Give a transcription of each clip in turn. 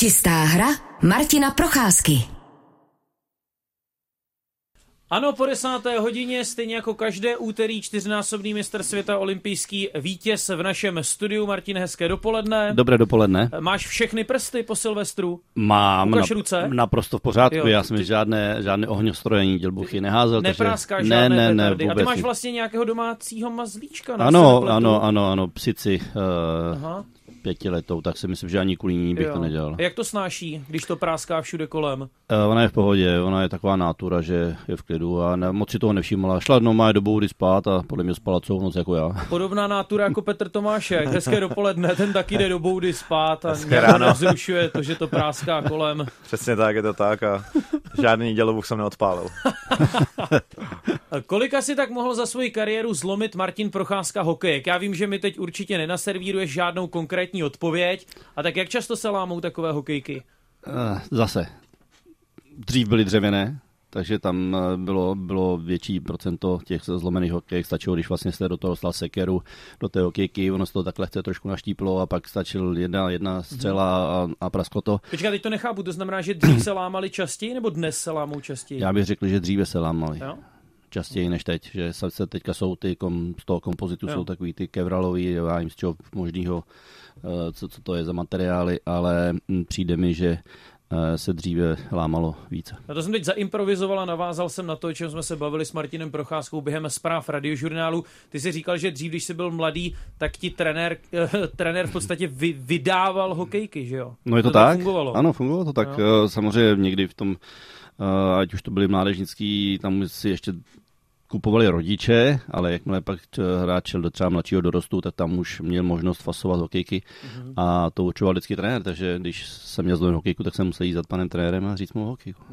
Čistá hra Martina Procházky. Ano, po 10. hodině, stejně jako každé úterý, 4násobný mistr světa, olympijský vítěz v našem studiu. Martin, hezké dopoledne. Dobré dopoledne. Máš všechny prsty po Silvestru? Mám. Ukaž ruce. Naprosto v pořádku. Jo, já jsem žádné ohňostrojení dělbuchy neházel. Nepráskáš žádné petardy. A ty máš nic. vlastně nějakého domácího mazlíčka? Ano, psici. Aha. 5letou, tak si myslím, že ani kvůli ní bych to nedělal. Jak to snáší, když to práská všude kolem? Ona je v pohodě, ona je taková nátura, že je v klidu a moc si toho nevšimla. Šla normálně do boudy spát a podle mě spala celou noc jako já. Podobná nátura jako Petr Tomášek. Hezké dopoledne, ten taky jde do boudy spát a nevzrušuje to, že to práská kolem. Přesně tak, je to tak a žádný dělovův jsem neodpálil. Kolika si tak mohl za svoji kariéru zlomit Martin Procházka hokejek? Já vím, že mi teď určitě nenaservíruješ žádnou konkrétní odpověď. A tak jak často se lámou takové hokejky? Zase. Dřív byly dřevěné, takže tam bylo větší procento těch zlomených hokejek. Stačilo, když vlastně jste do toho dostal sekeru, do té hokejky, ono se to tak lehce trošku naštíplo a pak stačil jedna střela a prasklo to. Počkej, teď to nechápu, to znamená, že dřív se lámali častěji nebo dnes se lámou častěji? Já bych řekl, že dříve se lámali. Jo? Častěji než teď, že se teďka jsou ty z toho kompozitu jsou takový ty kevralový, já jim z čeho možného, co to je za materiály, ale přijde mi, že se dříve lámalo více. Na to jsem teď zaimprovizoval a navázal jsem na to, o čem jsme se bavili s Martinem Procházkou během zpráv radiožurnálu. Ty jsi říkal, že dřív, když jsi byl mladý, tak ti trenér v podstatě vydával hokejky, že jo? No je to tak? Fungovalo. Ano, fungovalo to tak. Samozřejmě někdy v tom, ať už to byli mládežnický, tam si ještě kupovali rodiče, ale jakmile pak hráč šel do třeba mladšího dorostu, tak tam už měl možnost fasovat hokejky a to určoval vždycky trenér, takže když jsem měl zlomenou hokejku, tak jsem musel jít za panem trenérem a říct mu hokejku.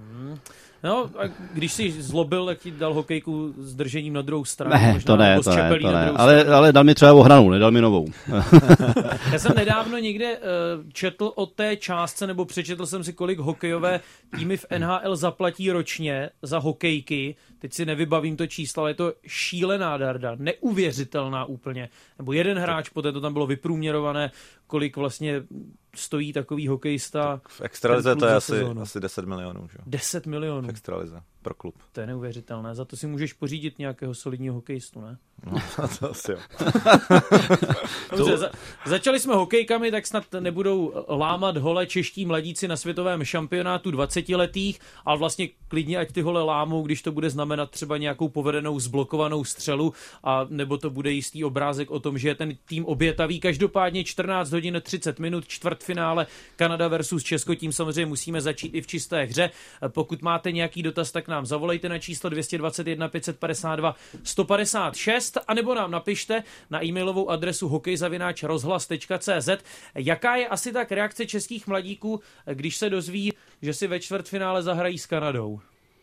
No a když jsi zlobil, tak ti dal hokejku s držením na druhou stranu. To ne. Ale dal mi třeba ohranu, nedal mi novou. Já jsem nedávno někde četl o té částce, nebo přečetl jsem si, kolik hokejové týmy v NHL zaplatí ročně za hokejky. Teď si nevybavím to číslo, ale je to šílená darda, neuvěřitelná úplně. Nebo jeden hráč, poté to tam bylo vyprůměrované, kolik vlastně stojí takový hokejista. V extralize to je asi 10 milionů. Že? 10 milionů. V extralize, pro klub. To je neuvěřitelné. Za to si můžeš pořídit nějakého solidního hokejistu, ne? No, to asi jo. Dobře, začali jsme hokejkami, tak snad nebudou lámat hole čeští mladíci na světovém šampionátu 20letých, ale vlastně klidně ať ty hole lámou, když to bude znamenat třeba nějakou povedenou zblokovanou střelu, a nebo to bude jistý obrázek o tom, že je ten tým obětavý. Každopádně 14 hodin 30 minut, čtvrtfinále Kanada versus Česko, tím samozřejmě musíme začít i v čisté hře. Pokud máte nějaký dotaz, tak nám zavolejte na číslo 221 552 156, anebo nám napište na e-mailovou adresu hokej@rozhlas.cz. Jaká je asi tak reakce českých mladíků, když se dozví, že si ve čtvrtfinále zahrají s Kanadou?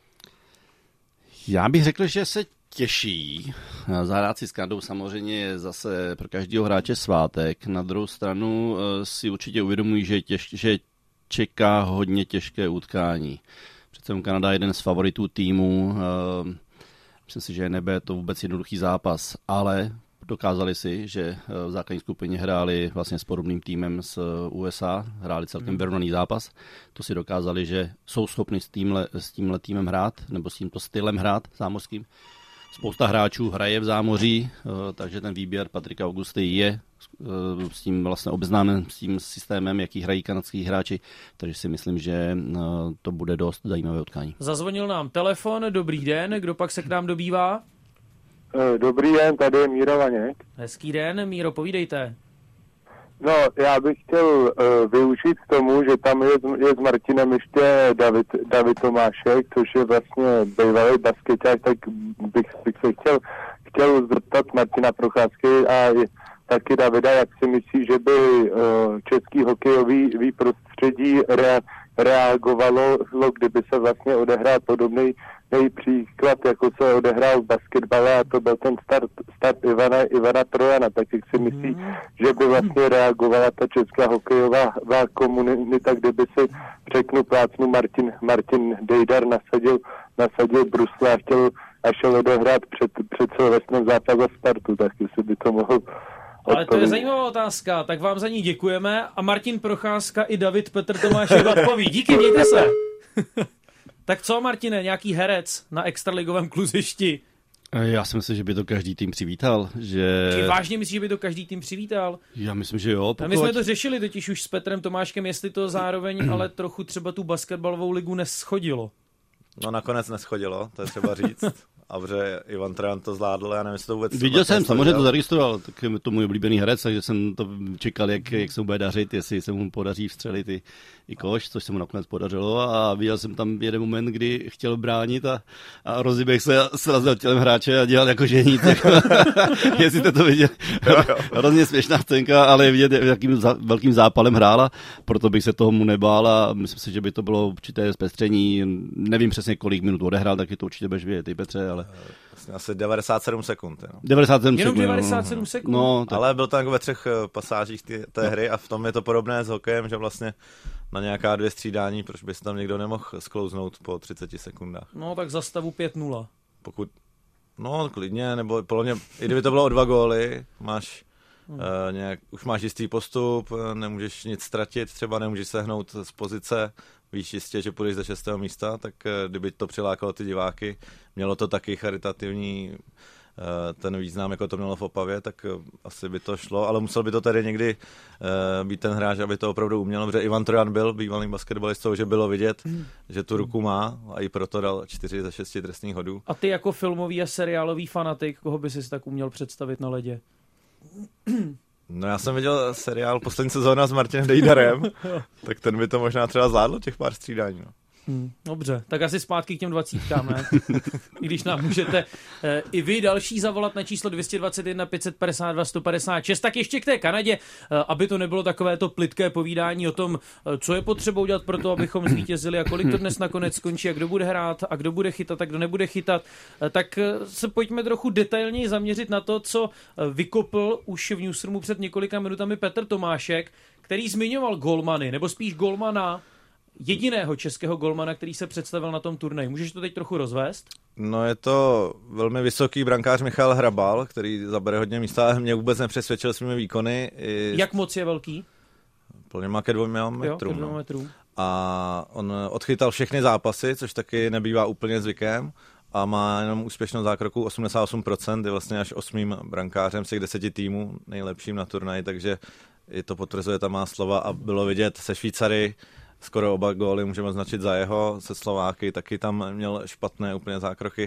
Já bych řekl, že se těší. Zahrát si s Kanadou samozřejmě je zase pro každého hráče svátek. Na druhou stranu si určitě uvědomují, že čeká hodně těžké utkání. Přece Kanada je jeden z favoritů týmu. Myslím si, že nebude to vůbec jednoduchý zápas, ale dokázali si, že v základní skupině hráli vlastně s podobným týmem z USA, hráli celkem vyrovnaný zápas. To si dokázali, že jsou schopni s tímhle týmem hrát, nebo s tímto stylem hrát zámořským. Spousta hráčů hraje v zámoří, takže ten výběr Patrika Augusty je s tím vlastně obeznámen s tím systémem, jaký hrají kanadský hráči, takže si myslím, že to bude dost zajímavé utkání. Zazvonil nám telefon, dobrý den, kdo pak se k nám dobývá? Dobrý den, tady je Míro Vaněk. Hezký den, Míro, povídejte. No, já bych chtěl využít k tomu, že tam je s Martinem ještě David Tomášek, což je vlastně bývalý baskeťák, tak bych se chtěl zeptat Martina Procházky a taky Davida, jak si myslí, že by český hokejový prostředí reagovalo, kdyby se vlastně odehrál podobný příklad, jako se odehrál v basketbale, a to byl ten start Ivana Trojana, tak jak si myslí, že by vlastně reagovala ta česká hokejová komunita, kdyby si řeknu plácnu Martin Dejdar nasadil brusle a šel odehrát před Silvestrem zápas za Spartu, tak jestli by to mohl Ale to je zajímavá otázka, tak vám za ní děkujeme a Martin Procházka i David Petr Tomášek odpoví. Díky, mějte se. Tak co, Martine, nějaký herec na extraligovém kluzišti? Já si myslím, že by to každý tým přivítal. Že... Ty vážně myslíš, že by to každý tým přivítal? Já myslím, že jo. A my jsme to řešili totiž už s Petrem Tomáškem, jestli to zároveň ale trochu třeba tu basketbalovou ligu neschodilo. No nakonec neschodilo, to je třeba říct. A protože Ivan Trojan to zvládl, já nevím, jestli to vůbec... Viděl jsem, samozřejmě to zaregistroval, tak je to můj oblíbený herec, takže jsem to čekal, jak se mu bude dařit, jestli se mu podaří vstřelit i koš, což se mu nakonec podařilo a viděl jsem tam jeden moment, kdy chtěl bránit a rozběh se srazil tělem hráče a dělal jako že nic. Jestli jste to viděl. Hrozně směšná scénka, ale vidět, jakým velkým zápalem hrála, proto bych se toho mu nebál a myslím si, že by to bylo určité zpestření. Nevím přesně, kolik minut odehrál, tak je to určitě budeš vědět, ty Petře, ale... Asi 97 sekund. No. 97 Jenom sekund. 97 sekund. No, ale byl to jako ve 3 pasážích té hry a v tom je to podobné s hokejem, že vlastně na nějaká 2 střídání, proč by se tam někdo nemohl sklouznout po 30 sekundách. No tak za stavu 5-0. Pokud, no klidně, nebo podle mě, i kdyby to bylo o 2 góly, máš už máš jistý postup, nemůžeš nic ztratit, třeba nemůžeš sehnout z pozice, víš jistě, že půjdeš ze 6. místa, tak kdyby to přilákalo ty diváky, mělo to taky charitativní ten význam, jako to mělo v Opavě, tak asi by to šlo, ale musel by to tady někdy být ten hráč, aby to opravdu uměl, protože Ivan Trojan byl bývalým basketbalistou, že bylo vidět, že tu ruku má a i proto dal 4 ze 6 trestných hodů. A ty jako filmový a seriálový fanatik, koho by si tak uměl představit na ledě? No já jsem viděl seriál poslední sezóna s Martinem Dejdarem, tak ten by to možná třeba zvládlo těch pár střídání. No. Dobře, tak asi zpátky k těm 20, ne? I když nám můžete i vy další zavolat na číslo 221 552 156, tak ještě k té Kanadě, aby to nebylo takové to plytké povídání o tom, co je potřeba udělat pro to, abychom zvítězili a kolik to dnes nakonec skončí a kdo bude hrát a kdo bude chytat a kdo nebude chytat, tak se pojďme trochu detailněji zaměřit na to, co vykopl už v newsroomu před několika minutami Petr Tomášek, který zmiňoval golmany, nebo spíš golmana, jediného českého golmana, který se představil na tom turnaji. Můžeš to teď trochu rozvést? No je to velmi vysoký brankář Michal Hrabal, který zabere hodně místa, ale mě vůbec nepřesvědčil svými výkony. Jak moc je velký? Plně má ke 2 metrům. Jo, ke 2 metrům. A on odchytal všechny zápasy, což taky nebývá úplně zvykem. A má jenom úspěšnou zákroku 88%, je vlastně až 8. brankářem z těch 10 týmů, nejlepším na turnaji, takže i to potvrzuje ta má slova a bylo vidět se Švýcary, skoro oba góly můžeme označit za jeho, se Slováky taky tam měl špatné úplně zákroky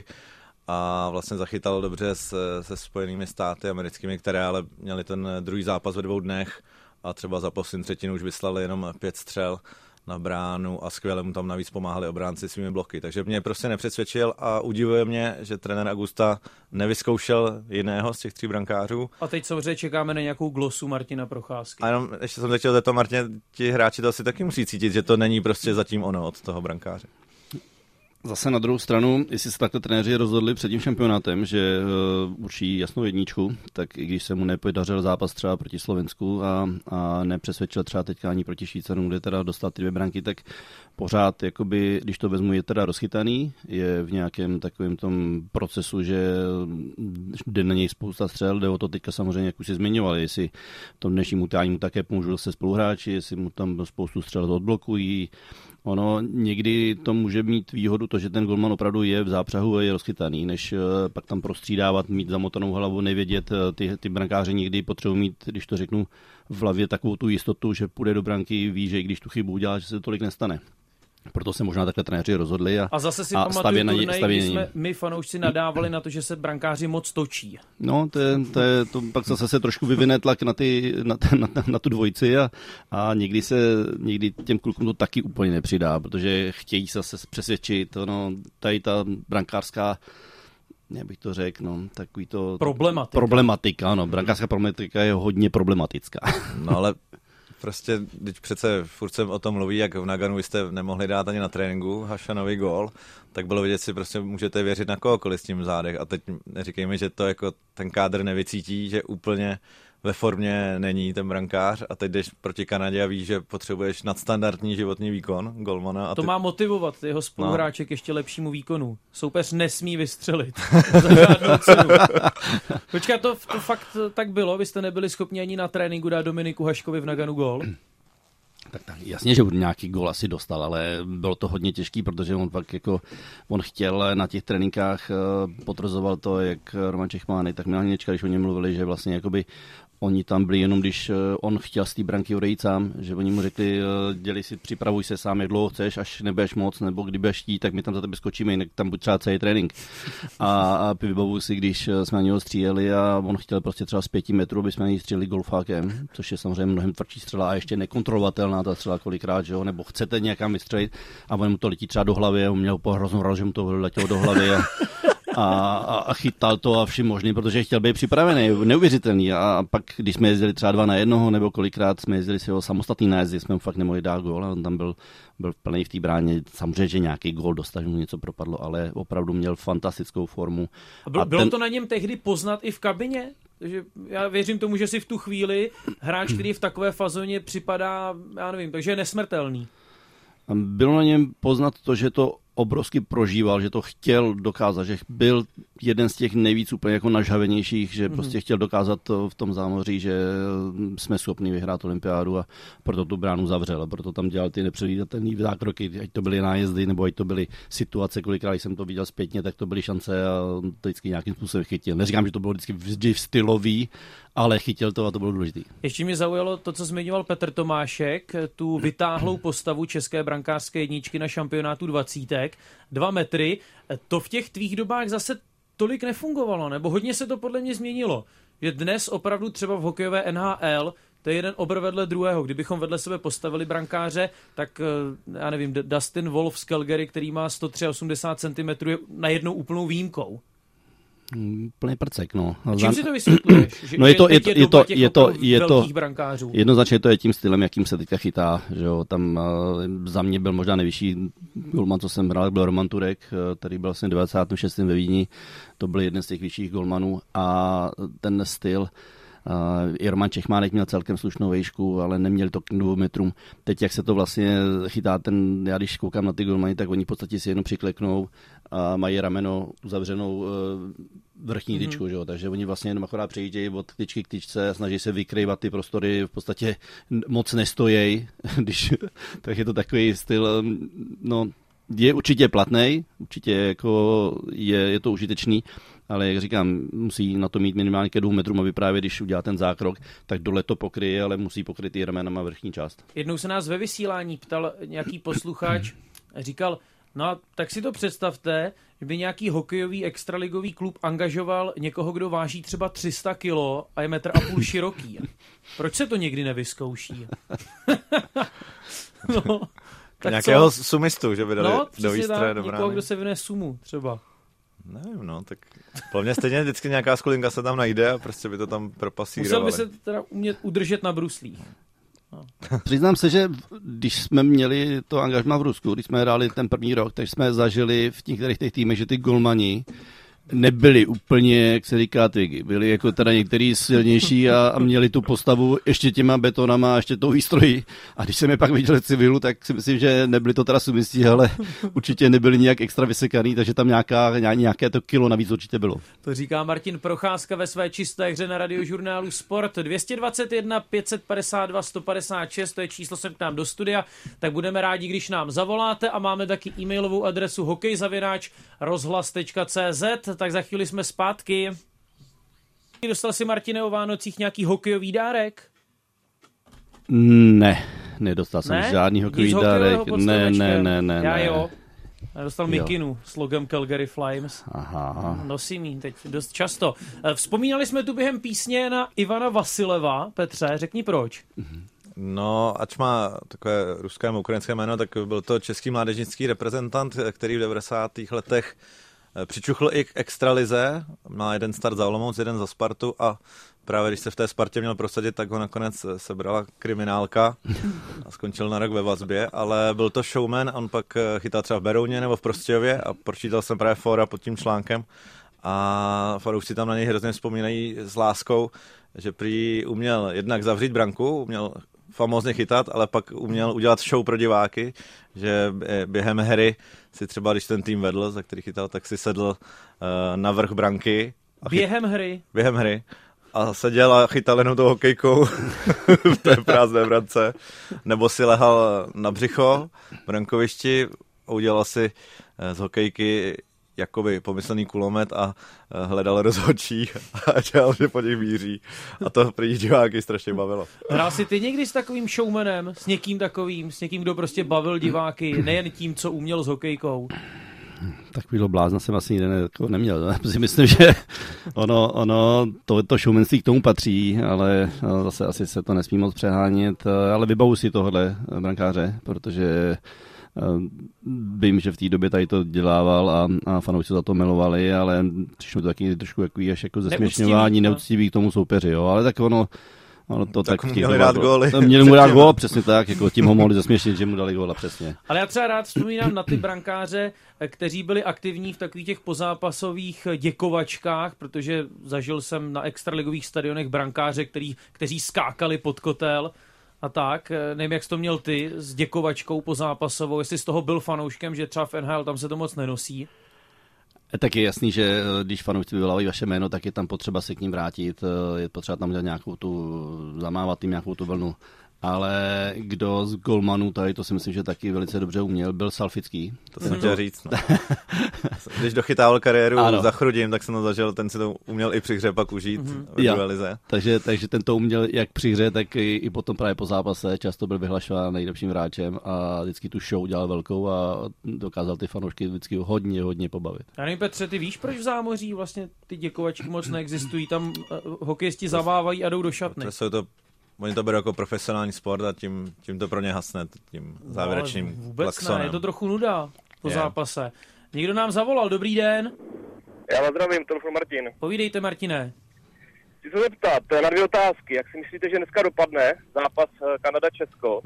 a vlastně zachytal dobře se Spojenými státy americkými, které ale měli ten druhý zápas ve 2 dnech a třeba za poslední třetinu už vyslali jenom 5 střel na bránu a skvěle mu tam navíc pomáhali obránci svými bloky. Takže mě prostě nepřesvědčil a udivuje mě, že trenér Augusta nevyzkoušel jiného z těch 3 brankářů. A teď samozřejmě čekáme na nějakou glosu Martina Procházky. A jenom ještě jsem chtěl zeptat, Martin, ti hráči to asi taky musí cítit, že to není prostě zatím ono od toho brankáře. Zase na druhou stranu, jestli se takhle trenéři rozhodli před tím šampionátem, že určí jasnou jedničku, tak i když se mu nepodařil zápas třeba proti Slovensku a nepřesvědčil třeba teďka ani proti Švýcarům, kde teda dostal ty 2 branky, tak pořád, jakoby, když to vezmu, je teda rozchytaný, je v nějakém takovém tom procesu, že jde na něj spousta střel, jde o to teďka samozřejmě, jak už si zmiňoval, jestli v tom dnešním utkání mu také pomůžou se spoluhráči, jestli mu tam spoustu střel odblokují. Ono někdy to může mít výhodu to, že ten golman opravdu je v zápřahu a je rozchytaný, než pak tam prostřídávat, mít zamotanou hlavu, nevědět. Ty brankáři někdy potřebují mít, když to řeknu, v hlavě takovou tu jistotu, že půjde do branky, ví, že i když tu chybu udělá, že se tolik nestane. Proto se možná takhle trenéři rozhodli a zase si pamatuju turnaj, když jsme my fanoušci nadávali na to, že se brankáři moc točí. No, to pak zase se trošku vyvine tlak na tu dvojici a někdy těm klukům to taky úplně nepřidá, protože chtějí se přesvědčit, tady ta brankářská, jak bych to řekl, takový to... Problematika, brankářská problematika je hodně problematická. No ale prostě, když přece furt se o tom mluví, jak v Naganu jste nemohli dát ani na tréninku Hašanovi gól, tak bylo vidět, si prostě můžete věřit na kohokoliv s tím v zádech. A teď neříkejme, že to jako ten kádr nevycítí, že úplně ve formě není ten brankář a teď jdeš proti Kanadě a víš, že potřebuješ nadstandardní životní výkon golmana. To má motivovat jeho spoluhráče k ještě lepšímu výkonu. Soupeř nesmí vystřelit za žádnou cenu. Počkat, to fakt tak bylo? Vy jste nebyli schopni ani na tréninku dát Dominiku Haškovi v Naganu gól? Tak jasně, že nějaký gól asi dostal, ale bylo to hodně těžký, protože on fakt jako, on chtěl na těch tréninkách, potvrzoval to, jak Roman Čechmánek, tak Milan Hněčka, když o něm mluvili, že vlastně jakoby oni tam byli jenom, když on chtěl z té branky odejít sám, že oni mu řekli, dělej si, připravuj se sám, jak dlouho chceš, až nebudeš moc, nebo když budeš chtít, tak my tam za tebe skočíme, jinak tam buď třeba celý trénink. A vybavuju si, když jsme na něho stříleli a on chtěl prostě třeba z 5 metrů, aby jsme na něj stříleli golfákem, což je samozřejmě mnohem tvrdší střela a ještě nekontrolovatelná ta střela kolikrát, že jo, nebo chcete někam vystřelit a on mu to letí třeba do hlavy a on měl hroznou radost, že mu to letělo do hlavy a chytal to a vším možným, protože chtěl být připravený, neuvěřitelný. A pak, když jsme jezdili třeba 2 na 1, nebo kolikrát jsme jezdili si ho samostatný nájezdy, jsme mu fakt nemohli dát gól a on tam byl plný v té bráně. Samozřejmě, že nějaký gól dostal, mu něco propadlo, ale opravdu měl fantastickou formu. Bylo to na něm tehdy poznat i v kabině? Takže já věřím tomu, že si v tu chvíli hráč, který v takové fazóně připadá, já nevím, takže je nesmrtelný. Bylo na něm poznat to, že to obrovsky prožíval, že to chtěl dokázat, že byl jeden z těch nejvíc úplně jako nažhavenějších, že prostě chtěl dokázat to v tom zámoří, že jsme schopni vyhrát olympiádu a proto tu bránu zavřel a proto tam dělal ty nepředvídatelné zákroky, ať to byly nájezdy, nebo ať to byly situace, kolikrát jsem to viděl zpětně, tak to byly šance a to vždycky nějakým způsobem chytil. Neříkám, že to bylo vždy stylový, ale chytil to a to bylo důležité. Ještě mě zaujalo to, co zmiňoval Petr Tomášek, tu vytáhlou postavu české brankářské jedničky na šampionátu 20. 2 metry. To v těch tvých dobách zase tolik nefungovalo, nebo hodně se to podle mě změnilo. Že dnes opravdu třeba v hokejové NHL to je jeden obr vedle druhého. Kdybychom vedle sebe postavili brankáře, tak já nevím, Dustin Wolf z Calgary, který má 183 cm, je najednou úplnou výjimkou. Plný prcek, no. A čím si to vysvětluješ? Že no je to velkých brankářů. Jednoznačně to je tím stylem, jakým se teďka chytá, že jo. Tam za mě byl možná nejvyšší golman, co jsem hrál, byl Roman Turek, který byl vlastně 96. ve Vídni. To byl jeden z těch vyšších golmanů a ten styl i Roman Čechmánek měl celkem slušnou výšku, ale neměl to k 2 metrům. Teď, jak se to vlastně chytá, já když koukám na ty golmany, tak oni v podstatě si jenom přikleknou a mají rameno uzavřenou vrchní tyčku, že jo? Takže oni vlastně jenom akorát přejíždějí od tyčky k tyčce a snaží se vykrývat ty prostory, v podstatě moc nestojí, tak je to takový styl, no, je určitě platnej, určitě jako je to užitečný, ale jak říkám, musí na to mít minimálně ke 2 metrům, aby právě když udělá ten zákrok, tak dole to pokryje, ale musí pokryt i ramenama vrchní část. Jednou se nás ve vysílání ptal nějaký posluchač, říkal, no tak si to představte, že by nějaký hokejový extraligový klub angažoval někoho, kdo váží třeba 300 kilo a je 1,5 m široký. Proč se to někdy nevyzkouší? No, nějakého sumistu, že by dali do výstroje do brány. Někoho, kdo se věnuje sumu třeba. Nevím, no, tak plně stejně vždycky nějaká skulinka se tam najde a prostě by to tam propasírovali. Musel by se teda umět udržet na bruslích. No. Přiznám se, že když jsme měli to angažmá v Rusku, když jsme hráli ten první rok, tak jsme zažili v některých těch týmech, že ty golmani nebyli úplně, jak se říká, twigy. Byli jako teda některý silnější a měli tu postavu ještě těma betonama a ještě tou výstrojí. A když jsem je pak viděl v civilu, tak si myslím, že nebyli to teda sumistí, ale určitě nebyli nějak extra vysekaný, takže tam nějaké to kilo navíc určitě bylo. To říká Martin Procházka ve své čisté hře na Radiožurnálu Sport. 221 552 156, to je číslo sem k nám do studia, tak budeme rádi, když nám zavoláte a máme taky e-mailovou adresu hokej@rozhlas.cz. Tak za chvíli jsme zpátky. Dostal si, Martine, o Vánocích nějaký hokejový dárek? Ne, nedostal jsem žádný hokejový dárek. Ne. Já jo. Já dostal mikinu s logem Calgary Flames. Aha. Nosím ji teď dost často. Vzpomínali jsme tu během písně na Ivana Vasileva. Petře, řekni proč. No, ač má takové ruské a ukrajinské jméno, tak byl to český mládežnický reprezentant, který v 90. letech přičuchl i k extralize, má jeden start za Olomouc, jeden za Spartu a právě když se v té Spartě měl prosadit, tak ho nakonec sebrala kriminálka a skončil na rok ve vazbě, ale byl to showman, on pak chytal třeba v Berouně nebo v Prostějově a pročítal jsem právě fóra pod tím článkem a fanoušci tam na něj hrozně vzpomínají s láskou, že prý uměl jednak zavřít branku, uměl famózně chytat, ale pak uměl udělat show pro diváky, že během hry si třeba, když ten tým vedl, za který chytal, tak si sedl na vrch branky. Během hry? Během hry. A seděl a chytal jenom tou hokejkou v té prázdné brance. Nebo si lehal na břicho v brankovišti a udělal si z hokejky jakoby pomyslný kulomet a hledal rozhodčí a čekal, že po nich míří. A to prý diváky strašně bavilo. Hrál jsi ty někdy s takovým showmanem, s někým takovým, s někým, kdo prostě bavil diváky, nejen tím, co uměl s hokejkou? Takovýhle blázna jsem asi nikdy neměl. Myslím, že to showmanství k tomu patří, ale zase asi se to nesmí moc přehánět. Ale vybavu si tohle brankáře, protože vím, že v té době tady to dělával a fanoušci za to milovali, ale přišlo to taky trošku až jako zesměšňování, neúctivý k tomu soupeři, jo, ale tak ono to tak měli dát góly. Měli mu dát gól, přesně tak, jako tím ho mohli zasměšnit, že mu dali góla, přesně. Ale já třeba rád vzpomínám na ty brankáře, kteří byli aktivní v takových těch pozápasových děkovačkách, protože zažil jsem na extraligových stadionech brankáře, kteří skákali pod kotel a tak. Nevím, jak jsi to měl ty s děkovačkou pozápasovou, jestli z toho byl fanouškem, že třeba v NHL tam se to moc nenosí. Tak je jasný, že když fanoušci vyvolávají vaše jméno, tak je tam potřeba se k ním vrátit, je potřeba tam dělat zamávat jim nějakou tu vlnu. Ale kdo z golmanů tady, to si myslím, že taky velice dobře uměl, byl Salfický. To jsem chtěl říct. No. Když dochytával kariéru za Chrudim, tak jsem to zažil, ten si to uměl i při hře pak užít v druhé lize. Takže ten to uměl jak při hře, tak i potom právě po zápase. Často byl vyhlašován nejlepším hráčem a vždycky tu show dělal velkou a dokázal ty fanoušky vždycky hodně pobavit. Já nevím, Petře, ty víš, proč v zámoří vlastně ty děkovačky moc neexistují? Tam hokejisti zamávají a jdou do šatny. Oni to berou jako profesionální sport a tím to pro ně hasne, tím závěrečným vůbec klaxonem. Ne, je to trochu nuda po zápase. Někdo nám zavolal, dobrý den. Já vás zdravím, telefon Martin. Povídejte, Martine. Chci se zeptat na 2 otázky. Jak si myslíte, že dneska dopadne zápas Kanada-Česko?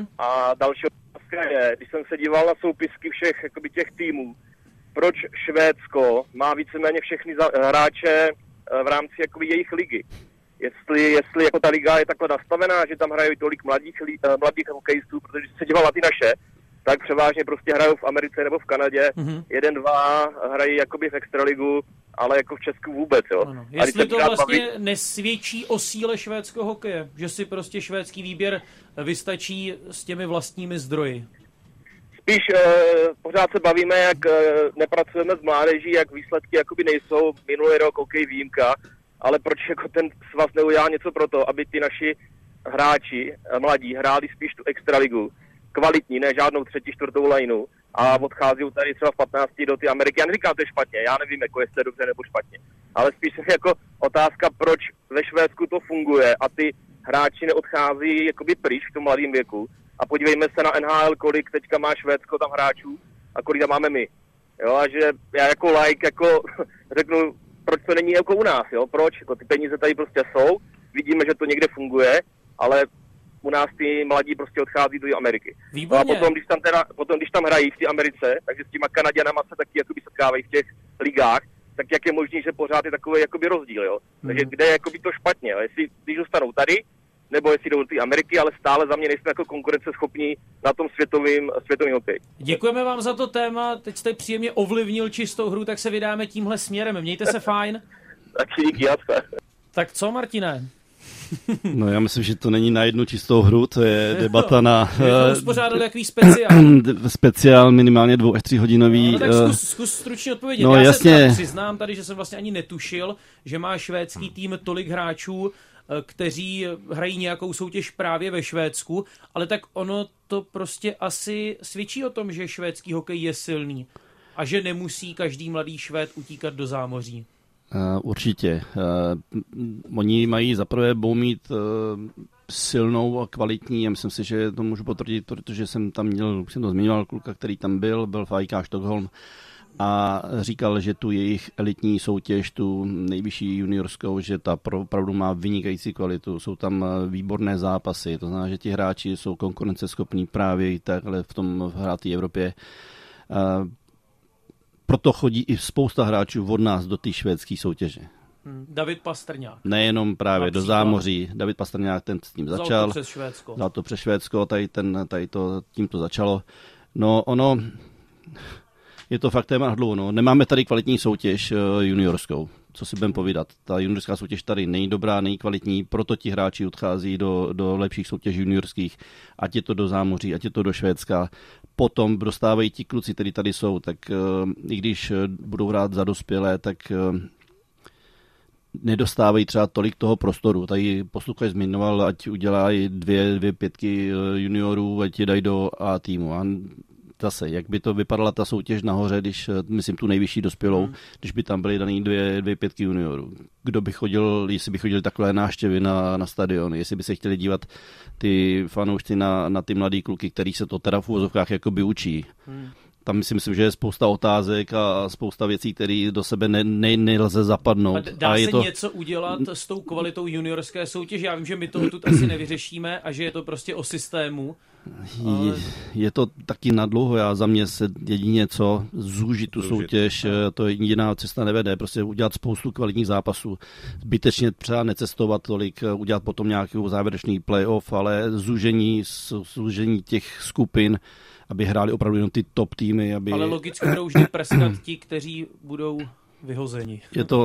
A další otázka je, když jsem se díval na soupisky všech jakoby, těch týmů, proč Švédsko má víceméně všechny hráče v rámci jakoby, jejich ligy? Jestli jako ta liga je takhle nastavená, že tam hrají tolik mladých hokejistů, protože když se díval na ty naše, tak převážně prostě hrajou v Americe nebo v Kanadě. 1-2 hrají jakoby v extraligu, ale jako v Česku vůbec, jo. Ano. Jestli to vlastně nesvědčí o síle švédského hokeje, že si prostě švédský výběr vystačí s těmi vlastními zdroji. Spíš pořád se bavíme, jak nepracujeme s mládeží, jak výsledky jakoby nejsou, minulý rok hokej výjimka, ale proč jako ten svaz neudělá něco pro to, aby ty naši hráči mladí hráli spíš tu extraligu, kvalitní, ne žádnou 3., 4. lineu a odchází tady třeba v 15 do ty Ameriky. Já neříkám, to je špatně, já nevím, jako jestli je dobře nebo špatně, ale spíš jako otázka, proč ve Švédsku to funguje a ty hráči neodchází jakoby pryč v tom mladém věku. A podívejme se na NHL, kolik teďka má Švédsko tam hráčů a kolik tam máme my. Jo, a že já jako jako řeknu, proč to není jako u nás, jo? Proč? Jako ty peníze tady prostě jsou, vidíme, že to někde funguje, ale u nás ty mladí prostě odchází do Ameriky. Výborně. No a potom, když tam hrají v té Americe, takže s těma Kanaďanama se taky jakoby setkávají v těch ligách, tak jak je možný, že pořád je takový jakoby rozdíl, jo? Takže kde je jakoby to špatně, jo? Jestli když dostanou tady, nebo jestli jdou do té Ameriky, ale stále za mě nejsme jako konkurenceschopní na tom světovým hokeji. Děkujeme vám za to téma, teď jste příjemně ovlivnil čistou hru, tak se vydáme tímhle směrem. Mějte se fajn. Taky díky, jasné. Tak co, Martine? No já myslím, že to není na jednu čistou hru, to je debata na... uspořádali jaký speciál? Speciál minimálně 2 až 3 hodinový. No tak zkus stručně odpovědět. No, já jasně. se přiznám tady, že jsem vlastně ani netušil, že má švédský tým tolik hráčů, kteří hrají nějakou soutěž právě ve Švédsku, ale tak ono to prostě asi svědčí o tom, že švédský hokej je silný a že nemusí každý mladý Švéd utíkat do zámoří. Určitě. Oni mají zaprvé budou mít silnou a kvalitní, já myslím si, že to můžu potvrdit, protože jsem tam měl, už jsem to zmiňoval, kluka, který tam byl v AIK Stockholm a říkal, že tu jejich elitní soutěž, tu nejvyšší juniorskou, že ta opravdu má vynikající kvalitu, jsou tam výborné zápasy, to znamená, že ti hráči jsou konkurenceschopní právě i takhle v tom hrátý Evropě. proto chodí i spousta hráčů od nás do té švédské soutěže. David Pastrňák. Nejenom právě do zámoří. David Pastrňák, ten s tím začal. Dal to přes Švédsko, tím to začalo. No ono, je to fakt téma dlouho. No. Nemáme tady kvalitní soutěž juniorskou. Co si budeme povídat. Ta juniorská soutěž tady není dobrá, není kvalitní, proto ti hráči odchází do lepších soutěží juniorských, ať je to do zámoří, ať je to do Švédska. Potom dostávají ti kluci, kteří tady jsou, tak i když budou hrát za dospělé, tak nedostávají třeba tolik toho prostoru. Tady posluchač zmiňoval, ať udělají dvě pětky juniorů, ať je dají do A týmu. A zase, jak by to vypadala ta soutěž nahoře, když, myslím, tu nejvyšší dospělou, když by tam byly daný dvě pětky juniorů. Kdo by chodil, jestli by chodili takové návštěvy na stadion, jestli by se chtěli dívat ty fanoušci na ty mladý kluky, který se to teda v úvozovkách jakoby učí. Tam si myslím, že je spousta otázek a spousta věcí, které do sebe nelze zapadnout. Dá se něco udělat s tou kvalitou juniorské soutěže? Já vím, že my toho tu asi nevyřešíme a že je to prostě o systému. Je to taky nadlouho. Já za mě se jedině zúžit tu soutěž, to jiná cesta nevede. Prostě udělat spoustu kvalitních zápasů. Zbytečně třeba necestovat tolik, udělat potom nějaký závěrečný playoff, ale zúžení těch skupin, aby hráli opravdu jenom ty top týmy. Ale logicky budou vždy preskat ti, kteří budou vyhozeni.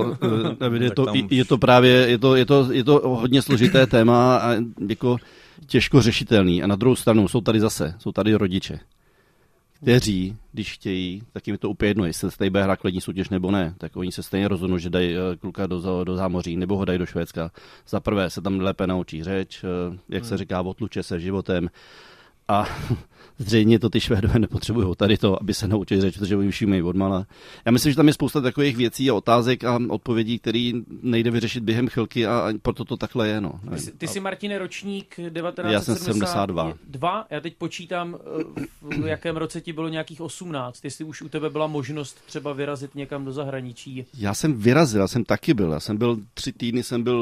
Je to hodně složité téma a jako těžko řešitelný. A na druhou stranu jsou tady rodiče, kteří, když chtějí, tak jim je to úplně jedno, jestli se tady bude hrát klední soutěž nebo ne, tak oni se stejně rozhodnou, že dají kluka do zámoří nebo ho dají do Švédska. Za prvé se tam lépe naučí řeč, jak se říká, otluče se životem. A zřejmě to ty Švédové nepotřebují tady to, aby se naučili řeč, protože oni už umějí odmala. Já myslím, že tam je spousta takových věcí a otázek a odpovědí, které nejde vyřešit během chvilky a proto to takhle je. No. Ty jsi, Martine, ročník 1972. Já jsem 72. Já teď počítám, v jakém roce ti bylo nějakých 18. Jestli už u tebe byla možnost třeba vyrazit někam do zahraničí. Já jsem vyrazil, já jsem taky byl. Já jsem byl 3 týdny,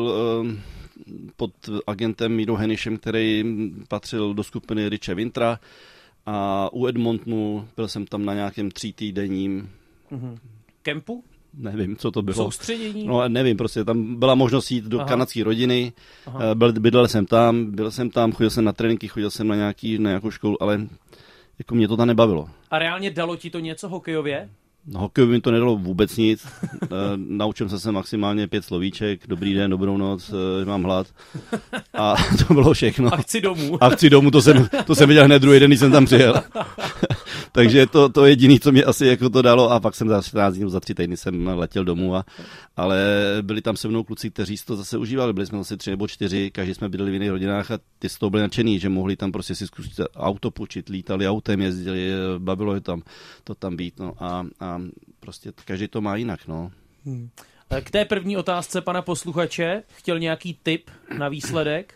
pod agentem Mídou Henišem, který patřil do skupiny Riche Wintera a u Edmontonu byl jsem tam na nějakém 3týdenním kempu? Nevím, co to bylo. Soustředění? No nevím, prostě tam byla možnost jít do kanadské rodiny, bydlel jsem tam, chodil jsem na tréninky, chodil jsem na nějakou školu, ale jako mě to tam nebavilo. A reálně dalo ti to něco hokejově? No, hokejově mi to nedalo vůbec nic. Naučil jsem se maximálně 5 slovíček. Dobrý den, dobrou noc, mám hlad. A to bylo všechno. A chci domů, to jsem viděl hned druhý den, když jsem tam přijel. Takže to jediné, co mě asi jako to dalo. A pak jsem za 14 dní, za 3 týdny jsem letěl domů. Ale byli tam se mnou kluci, kteří to zase užívali. Byli jsme asi 3 nebo 4, každý jsme bydleli v jiných rodinách a ty z toho byli nadšený, že mohli tam prostě si zkusit auto půjčit, lítali autem, jezdili, bavilo je tam to tam být. No. A prostě každý to má jinak, no. K té první otázce pana posluchače chtěl nějaký tip na výsledek?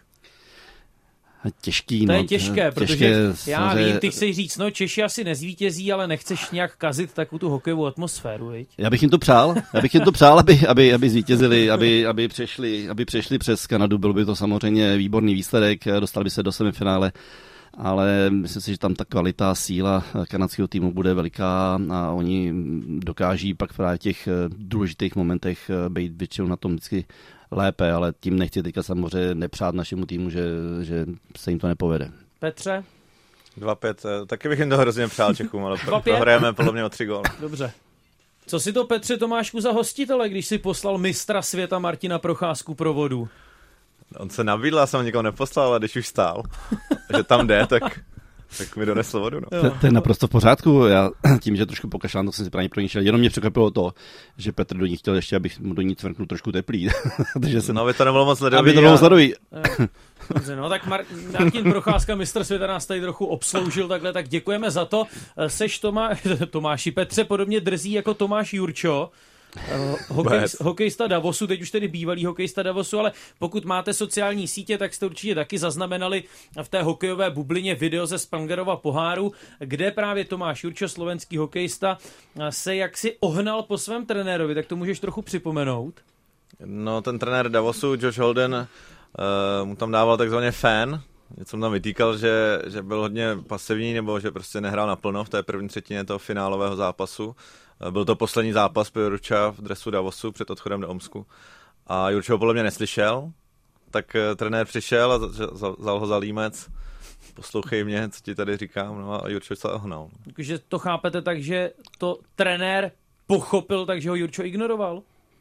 Těžký, to je těžké, protože já vím, ty chceš říct, Češi asi nezvítězí, ale nechceš nějak kazit takovou tu hokejovou atmosféru, viď? Já bych jim to přál, aby zvítězili, aby přešli přes Kanadu, byl by to samozřejmě výborný výsledek, dostali by se do semifinále, ale myslím si, že tam ta kvalita, síla kanadského týmu bude veliká a oni dokáží pak v těch důležitých momentech být většinou na tom vždycky lépe, ale tím nechci teďka samozřejmě nepřát našemu týmu, že se jim to nepovede. Petře? 2-5, taky bych jim to hrozně přál Čechům, ale prohrajeme podle mě o 3 góly. Dobře. Co si to, Petře Tomášku, za hostitele, když si poslal mistra světa Martina Procházku pro vodu? On se nabídl, já jsem ho nikoho neposlal, ale když už stál, že tam jde, tak mi donesl vodu. No. To je naprosto v pořádku. Já tím, že trošku pokašlám, to jsem si právě pro ní šel. Jenom mě překvapilo to, že Petr do ní chtěl ještě, abych mu do ní cvrknul trošku teplý. No, aby to nebylo moc ledový. Aby to bylo sledový. Dobře, no tak Martin Procházka, mistr světa, nás tady trochu obsloužil takhle, tak děkujeme za to. Seš Tomáši Petře podobně drzí jako Tomáš Jurčo, hokejista Davosu, teď už tedy bývalý hokejista Davosu, ale pokud máte sociální sítě, tak jste určitě taky zaznamenali v té hokejové bublině video ze Sprangerova poháru, kde právě Tomáš Jurčo, slovenský hokejista, se jaksi ohnal po svém trenérovi, tak to můžeš trochu připomenout? No, ten trenér Davosu, Josh Holden, mu tam dával takzvaně fan, Něco jsem tam vytýkal, že byl hodně pasivní, nebo že prostě nehrál naplno v té první třetině toho finálového zápasu. Byl to poslední zápas pro Jurča v dresu Davosu před odchodem do Omsku. A Jurča ho podle mě neslyšel, tak trenér přišel a vzal ho za límec. Poslouchej mě, co ti tady říkám, no a Jurčo se ohnal. Takže to chápete tak, že to trenér pochopil, takže ho Jurčo ignoroval?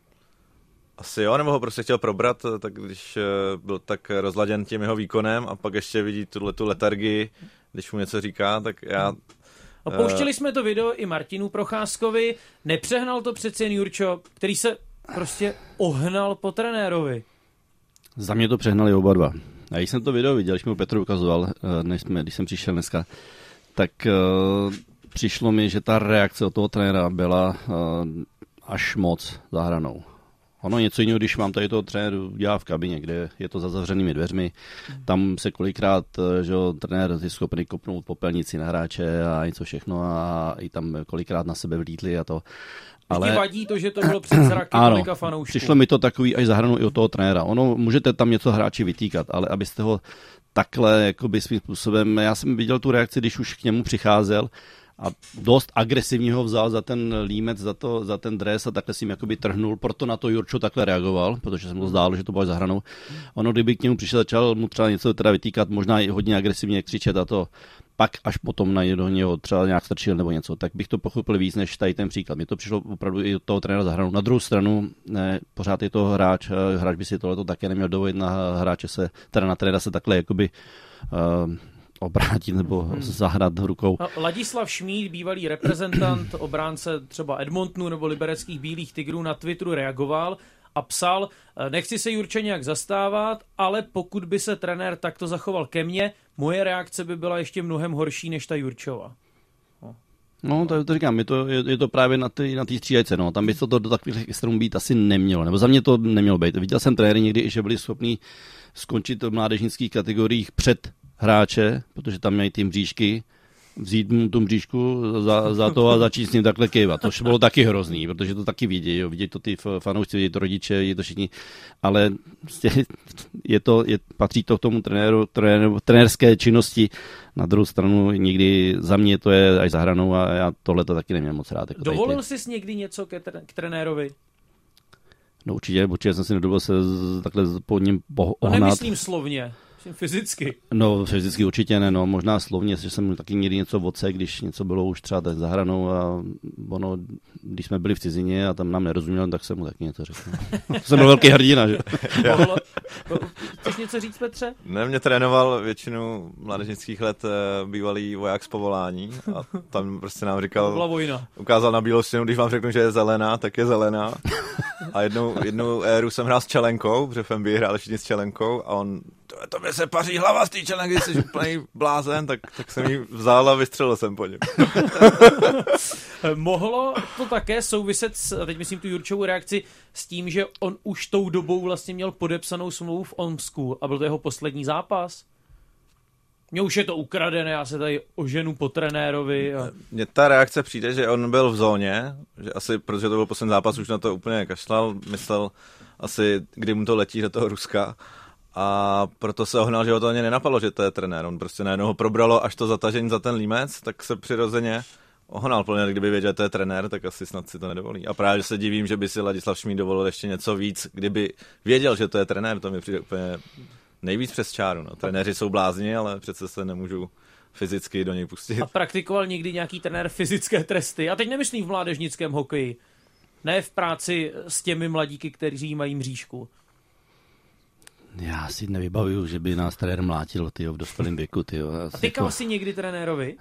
Asi jo, nebo ho prostě chtěl probrat, tak když byl tak rozladěn tím jeho výkonem a pak ještě vidí tu letargii, když mu něco říká, tak já... A pouštěli jsme to video i Martinu Procházkovi, nepřehnal to přece jen Jurčo, který se prostě ohnal po trenérovi. Za mě to přehnali oba dva. A když jsem to video viděl, když mi ho Petr ukazoval, když jsem přišel dneska, tak přišlo mi, že ta reakce od toho trenéra byla až moc za hranou. Ono něco jiného, když mám tady toho trenéru dělá v kabině, kde je to za zavřenými dveřmi. Tam se kolikrát, že trenér je schopný kopnout popelnici na hráče a něco všechno a i tam kolikrát na sebe vlítli a to. Ale ti vadí to, že to bylo před zraky tolika fanoušků. Přišlo mi to takový až za hranou i od toho trenéra. Ono, můžete tam něco hráči vytýkat, ale abyste ho takhle jakoby svým způsobem, já jsem viděl tu reakci, když už k němu přicházel a dost agresivně ho vzal za ten límec, za ten dres a takhle si jim jakoby trhnul, proto na to Jurčo takhle reagoval, protože se mu zdálo, že to bylo za hranou. Ono, kdyby k němu přišel, začal mu třeba něco teda vytýkat, možná i hodně agresivně křičet a to, pak až potom do něho třeba nějak strčil nebo něco, tak bych to pochopil víc než tady ten příklad. Mně to přišlo opravdu i od toho trenéra za hranou. Na druhou stranu, pořád je to hráč by si tohleto také neměl dovolit na hráče teda na trenéra se takhle jakoby obrátit nebo zahrát rukou. Ladislav Šmíd, bývalý reprezentant, obránce třeba Edmontonu nebo libereckých Bílých tigrů, na Twitteru reagoval a psal, nechci se Jurče nějak zastávat, ale pokud by se trenér takto zachoval ke mně, moje reakce by byla ještě mnohem horší než ta Jurčova. No, to říkám, je to právě na té střídačce, no. Tam by to do takových extrémů být asi nemělo, nebo za mě to nemělo být. Viděl jsem trenéry někdy, že byli schopní skončit v mládežnických kategoriích před hráče, protože tam mají ty mřížky, vzít mu tu mřížku za to a začít s ním takhle kejvat. To bylo taky hrozný, protože to taky vidí, jo. Vidí to ty fanoušci, vidí to rodiče, vidí to všichni, ale patří to k tomu trenérské činnosti. Na druhou stranu někdy za mě to je až za hranou a já tohle to taky neměl moc rád. Jako dovolil jsi někdy něco k trenérovi? No určitě jsem si nedovolil se takhle po něm ohnat. No nemyslím slovně. Fyzicky? No, fyzicky určitě ne, no, možná slovně, že jsem taky někdy něco vodce, když něco bylo už třeba tak za hranou a ono, když jsme byli v cizině a tam nám nerozuměl, tak jsem mu taky něco řekl. Jsem byl velký hrdina, že? Chceš něco říct, Petře? Ne, mě trénoval většinu mládežnických let bývalý voják z povolání a tam prostě nám říkal, ukázal na bílou stěnu, když vám řeknu, že je zelená, tak je zelená. A jednou éru jsem hrál s čelenkou, protože v NBA hráli všichni s čelenkou a on, tobě se paří hlava z té čelenky, jsi úplný blázen, tak jsem ji vzal a vystřelil jsem po něm. Mohlo to také souviset, teď myslím tu Jurčovu reakci, s tím, že on už tou dobou vlastně měl podepsanou smlouvu v Omsku a byl to jeho poslední zápas? Mně už je to ukradené, já se tady oženu po trenérovi. Mně ta reakce přijde, že on byl v zóně, že asi, protože to byl poslední zápas, už na to úplně kašlal, myslel asi, kdy mu to letí do toho Ruska. A proto se ohnal, že ho to ani nenapadlo, že to je trenér. On prostě najednou ho probralo až to zatažení za ten límec, tak se přirozeně ohnal. Plně, kdyby věděl, že to je trenér, tak asi snad si to nedovolí. A právě se divím, že by si Ladislav Šmíd dovolil ještě něco víc, kdyby věděl, že to je trenér. To mi přijde úplně nejvíc přes čáru. No. Trenéři jsou blázni, ale přece se nemůžu fyzicky do něj pustit. A praktikoval někdy nějaký trenér fyzické tresty? A teď nemyslím v mládežnickém hokeji. Ne v práci s těmi mladíky, kteří mají mřížku. Já si nevybavuju, že by nás trenér mlátil v dospělém věku. A tykal jsi někdy trenérovi?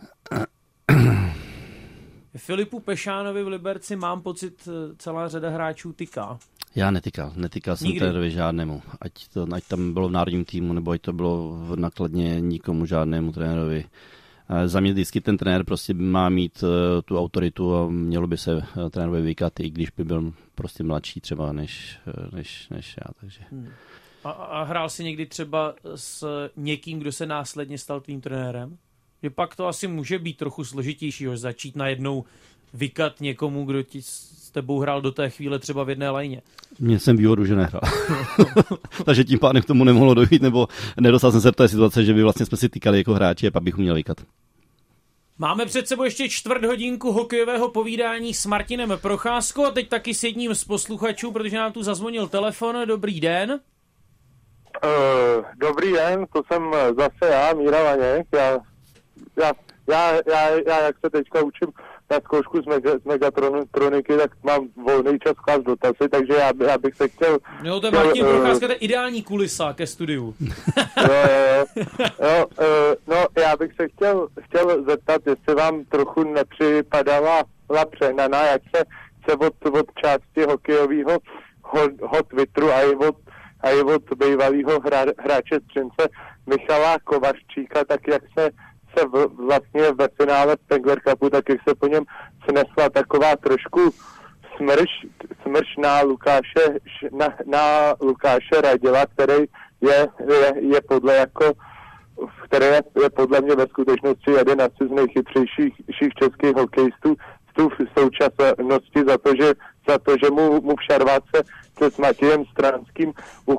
Filipu Pešánovi v Liberci mám pocit, celá řada hráčů tyká. Já netykal jsem trenérovi žádnému. Ať tam bylo v národním týmu, nebo ať to bylo v nakladně, nikomu žádnému trenérovi. Za mě vždycky ten trenér prostě má mít tu autoritu a mělo by se trenérovi vykat, i když by byl prostě mladší třeba než já. Takže. A hrál jsi někdy třeba s někým, kdo se následně stal tvým trenérem? Že pak to asi může být trochu složitější, začít najednou vykat někomu, kdo ti s tebou hrál do té chvíle třeba v jedné lajně. Měl jsem výhodu, že nehrál. Takže tím pádem k tomu nemohlo dojít, nebo nedostal jsem se v té situace, že by vlastně jsme si týkali jako hráči a pak bych měl vykat. Máme před sebou ještě 4 hodinku hokejového povídání s Martinem Procházkou a teď taky s jedním z posluchačů, protože nám tu zazvonil telefon. Dobrý den. Dobrý den, to jsem zase já, Míra Vaněk. Já jak se teďka učím na zkoušku z Megatroniky, tak mám volný čas klást dotazy, takže já bych se chtěl... Jo, to je Martin Procházka, to je ideální kulisa ke studiu. No, já bych se chtěl zeptat, jestli vám trochu nepřipadala přehnaná, jak se od části hokejového Twitteru a i od bývalého hráče Třince Michala Kovařčíka, tak jak se vlastně ve finále Spengler Cupu, tak jak se po něm snesla taková trošku smrš na Lukáše Radila, který je podle mě ve skutečnosti jeden z nejchytřejších českých hokejistů v současnosti za to, že mu v šarváce se s Matějem Stranským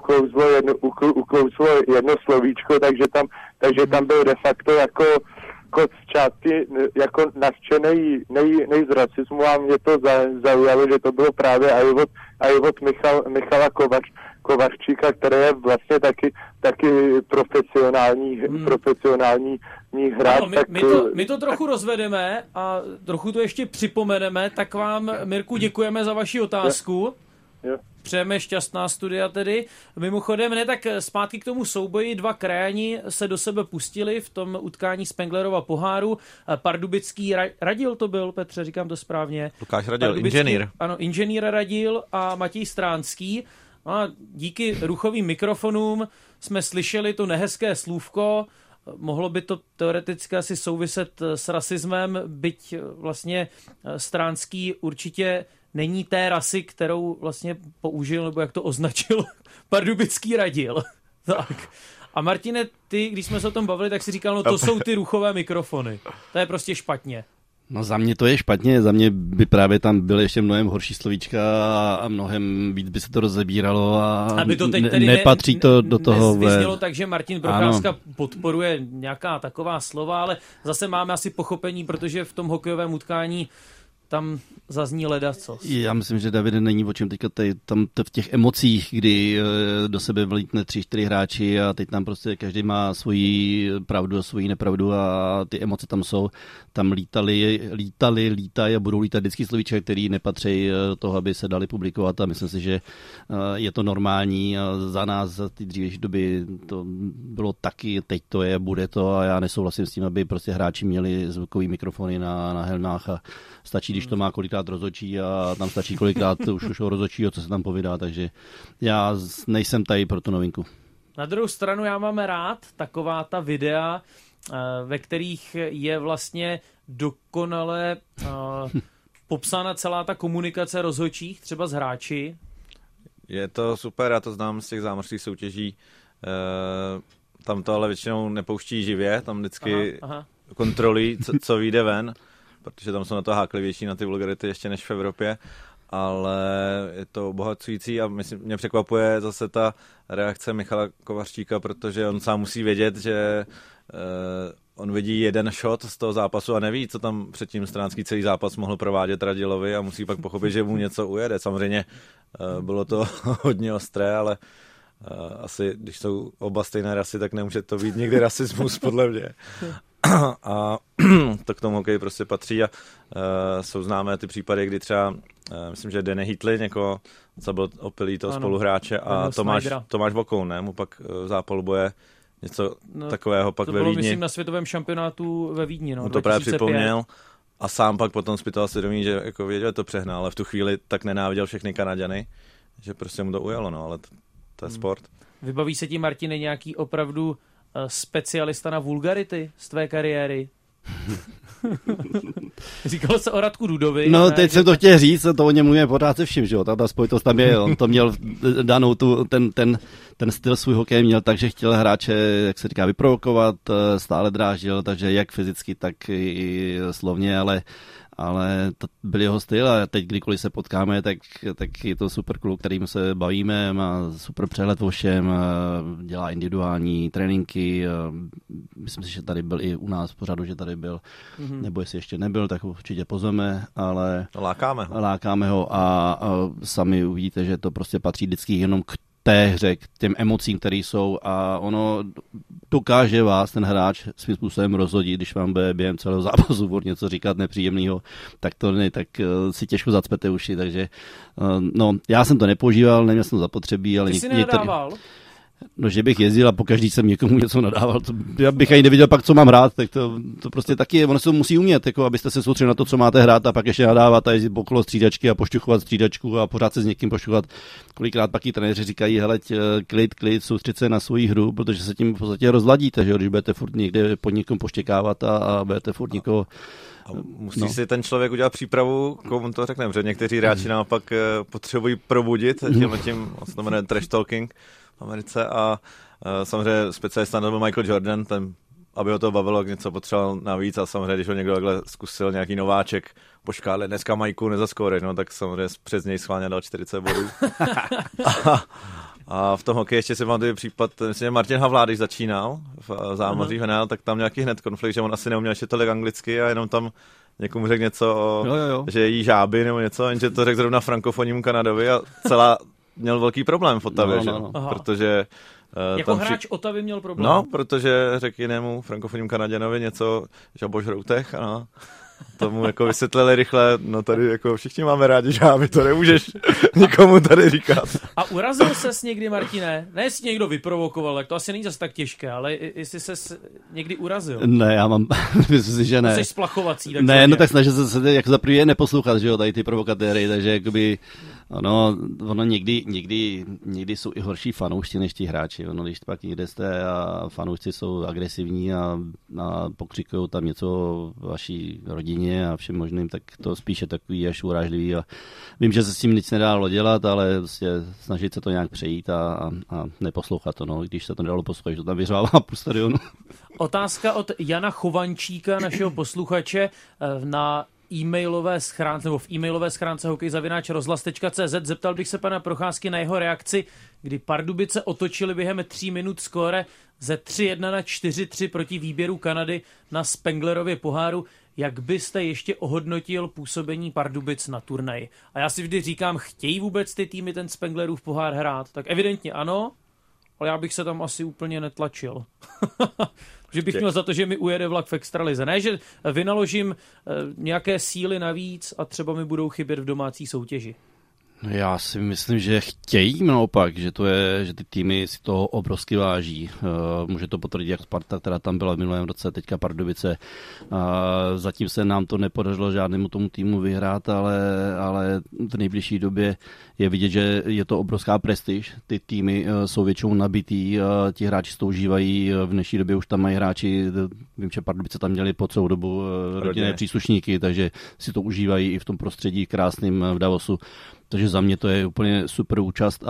uklouzlo jedno slovíčko, takže tam byl de facto jako z části jako nadšenej z rasismu a mě to zaujalo, že to bylo právě i od Michala Kovařčíka, který je vlastně taky profesionální hráč. Ano, my to trochu rozvedeme a trochu to ještě připomeneme, tak vám, Mirku, děkujeme za vaši otázku. Jo. Přejeme šťastná studia tedy. Mimochodem, tak zpátky k tomu souboji, 2 krajani se do sebe pustili v tom utkání Spenglerova poháru. Pardubický Radil to byl, Petře, říkám to správně. Lukáš Radil, inženýr. Ano, inženýr Radil a Matěj Stránský. A díky ruchovým mikrofonům jsme slyšeli to nehezké slůvko. Mohlo by to teoreticky asi souviset s rasismem, byť vlastně Stránský určitě není té rasy, kterou vlastně použil, nebo jak to označil Pardubický Radil. Tak. A Martine, ty, když jsme se o tom bavili, tak si říkal, no to jsou ty ruchové mikrofony. To je prostě špatně. No za mě to je špatně, za mě by právě tam byly ještě mnohem horší slovíčka a mnohem víc by se to rozebíralo a aby to teď tedy nepatří to do toho. Nezvyznělo tak, že Martin Procházka podporuje nějaká taková slova, ale zase máme asi pochopení, protože v tom hokejovém utkání tam zazní ledacos. Já myslím, že Davide není o čem teďka tam v těch emocích, kdy do sebe vlítne 3-4 hráči a teď tam prostě každý má svoji pravdu a svoji nepravdu a ty emoce tam jsou. Tam lítají a budou lítat vždycky slovíčka, který nepatří toho, aby se dali publikovat a myslím si, že je to normální a za nás za ty dřívější doby to bylo taky, teď to je, bude to a já nesouhlasím s tím, aby prostě hráči měli zvukový mikrofony na helmách a stačí, když to má kolikrát rozhodčí a tam stačí kolikrát už o rozhodčího, co se tam povídá, takže já nejsem tady pro tu novinku. Na druhou stranu já mám rád taková ta videa, ve kterých je vlastně dokonale popsána celá ta komunikace rozhodčích, třeba s hráči. Je to super, já to znám z těch zámořských soutěží. Tam to ale většinou nepouští živě, tam vždycky kontrolují, co vyjde ven, protože tam jsou na to háklivější na ty vulgarity ještě než v Evropě, ale je to obohacující a mě překvapuje zase ta reakce Michala Kovařčíka, protože on sám musí vědět, že on vidí jeden shot z toho zápasu a neví, co tam předtím Stránský celý zápas mohl provádět Radilovi a musí pak pochopit, že mu něco ujede. Samozřejmě bylo to hodně ostré, ale asi, když jsou oba stejné rasy, tak nemůže to být někdy rasismus, podle mě. A to k tomu hokej prostě patří a jsou známé ty případy, kdy třeba, myslím, že Danny Heatley, někoho, co byl opilý toho spoluhráče a Tomáš Vokoun, ne? Mu pak v zápalu boje něco takového pak ve Vídni. To bylo, myslím, na světovém šampionátu ve Vídni, mu to právě připomněl a sám pak potom zpytoval svědomí, že jako věděl, to přehnal, ale v tu chvíli tak nenáviděl všechny Kanaďany, že prostě mu to ujelo, no, ale to je sport. Vybaví se ti, Martine, nějaký opravdu specialista na vulgarity z tvé kariéry? Říkalo se o Radku Dudovi. No, teď jsem to chtěl říct, to o něm mluvíme pořád se vším, že jo, ta spojitost tam je, on to měl danou ten styl svůj hokej měl, takže chtěl hráče, jak se říká, vyprovokovat, stále dráždil, takže jak fyzicky, tak i slovně, ale to byl jeho styl a teď kdykoliv se potkáme, tak je to super kluk, kterým se bavíme, má super přehled o všem, dělá individuální tréninky, myslím si, že tady byl i u nás v pořadu, že tady byl, nebo jestli ještě nebyl, tak určitě pozveme, ale lákáme ho a sami uvidíte, že to prostě patří vždycky jenom k té hře, k těm emocím, které jsou a ono dokáže vás ten hráč svým způsobem rozhodit, když vám bude během celého zápasu něco říkat nepříjemného, tak to ne, tak si těžko zacpete uši, takže no, já jsem to nepoužíval, neměl jsem to zapotřebí, ale ty jsi nenadával? No, že bych jezdil a pokaždý jsem někomu něco nadával, já bych ani nevěděl pak, co mám hrát, tak to prostě taky, ono se to musí umět, jako abyste se soustředili na to, co máte hrát a pak ještě nadávat a jezdit okolo střídačky a pošťuchovat střídačku a pořád se s někým pošťuchovat. Kolikrát pak i trenéři říkají, hele, klid, soustřeď se na svoji hru, protože se tím v podstatě rozladíte, že když budete furt někde pod někom poštěkávat a budete furt někoho... A musí si ten člověk udělat přípravu, komu to řekneme, že někteří hráči naopak potřebují probudit, tím se to jmenuje trash talking v Americe a samozřejmě specialista byl Michael Jordan, ten, aby ho to bavilo, něco potřeboval navíc a samozřejmě, když ho někdo takhle zkusil nějaký nováček poškálit, dneska Majku nezaskóreš, no tak samozřejmě přes něj schválně dal 40 bodů. A v tom hokeji ještě si pamatuju případ, myslím, že Martin Havlá, když začínal v zámoří hnal, tak tam nějaký hned konflikt, že on asi neuměl ještě tolik anglicky a jenom tam někomu řekl něco, že jí žáby nebo něco, jenže to řekl zrovna frankofonnímu Kanadovi a měl velký problém v Otavě, protože... Jako hráč Otavy měl problém? No, protože řekl jinému frankofonnímu Kanaděnovi něco, žabož hroutech a tomu jako vysvětlili rychle, no tady jako všichni máme rádi žáby, to nemůžeš nikomu tady říkat. A urazil ses někdy, Martine? Ne, jestli někdo vyprovokoval, tak to asi není zase tak těžké, ale jestli ses někdy urazil. Ne, já mám, myslím si, že ne. To jsi splachovací. Tak ne, no tak snažil se jako za první neposlouchat, že jo, tady ty provokatéry, takže jakoby, ono někdy jsou i horší fanoušci než ti hráči, ono, když pak někde jste a fanoušci jsou agresivní a pokřikují tam něco o vaší rodině a všem možným, tak to spíše takový až urážlivý a vím, že se s tím nic nedalo dělat, ale prostě snažit se to nějak přejít a neposlouchat to, no, když se to nedalo poslouchat, to tam vyřvává půl stadionu. Otázka od Jana Chovančíka, našeho posluchače, na e-mailové schránce, nebo v e-mailové schránce hokej@rozhlas.cz. Zeptal bych se pana Procházky na jeho reakci, kdy Pardubice otočili během 3 minut skóre ze 3-1 na 4-3 proti výběru Kanady na Spenglerově poháru. Jak byste ještě ohodnotil působení Pardubic na turnaji? A já si vždy říkám, chtějí vůbec ty týmy ten Spenglerův pohár hrát? Tak evidentně ano, ale já bych se tam asi úplně netlačil. Že bych měl za to, že mi ujede vlak v extralize. Ne, že vynaložím nějaké síly navíc a třeba mi budou chybět v domácí soutěži. Já si myslím, že chtějí naopak, že ty týmy si toho obrovsky váží. Může to potvrdit jak Sparta, která tam byla v minulém roce, teďka Pardubice. Zatím se nám to nepodařilo žádnému tomu týmu vyhrát, ale v nejbližší době je vidět, že je to obrovská prestiž. Ty týmy jsou většinou nabitý, ti hráči si to užívají. V dnešní době už tam mají hráči, vím, že Pardubice tam měli po celou dobu rodinné příslušníky, takže si to užívají i v tom prostředí krásným v Davosu. Takže za mě to je úplně super účast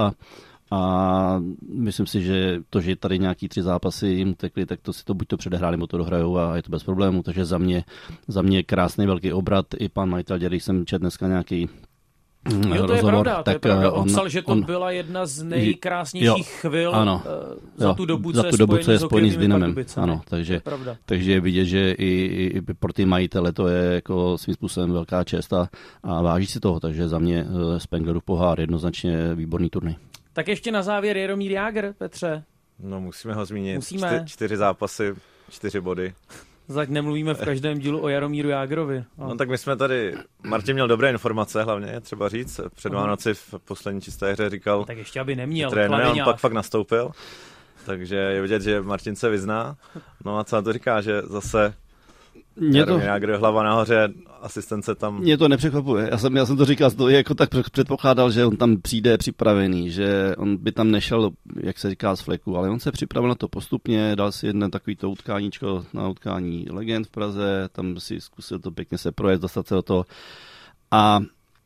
a myslím si, že to, že tady nějaký 3 zápasy jim tekly, tak to si to buď to předehráli, nebo to dohrajou a je to bez problémů. Takže za mě krásný velký obrat. I pan majitel, když jsem četl dneska nějaký Jo, to je pravda, to je pravda. On psal, že to byla jedna z nejkrásnějších chvil za tu dobu, co je spojený s Dynamem. Ano, takže je vidět, že i pro ty majitele to je jako svým způsobem velká čest a váží si toho, takže za mě Spenglerův pohár jednoznačně výborný turnaj. Tak ještě na závěr Jaromír Jágr, Petře. No musíme ho zmínit. 4 zápasy, 4 body. Tak nemluvíme v každém dílu o Jaromíru Jágrovi. No tak my jsme tady, Martin měl dobré informace, hlavně třeba říct, před Vánoci v poslední čisté hře říkal, no, tak ještě aby neměl, trénuje, on pak fakt nastoupil, takže je vidět, že Martin se vyzná. No a co to říká, že zase Jaromír Jágr, hlava nahoře, asistence tam... Mě to nepřekvapuje, já jsem to říkal, to je jako tak předpokládal, že on tam přijde připravený, že on by tam nešel, jak se říká, z fleku, ale on se připravil na to postupně, dal si jedno takovýto utkáníčko na utkání Legend v Praze, tam si zkusil to pěkně se projet, dostat se do toho a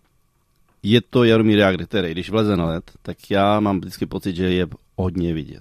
je to Jaromír Jágr, který když vleze na led, tak já mám vždycky pocit, že je hodně vidět.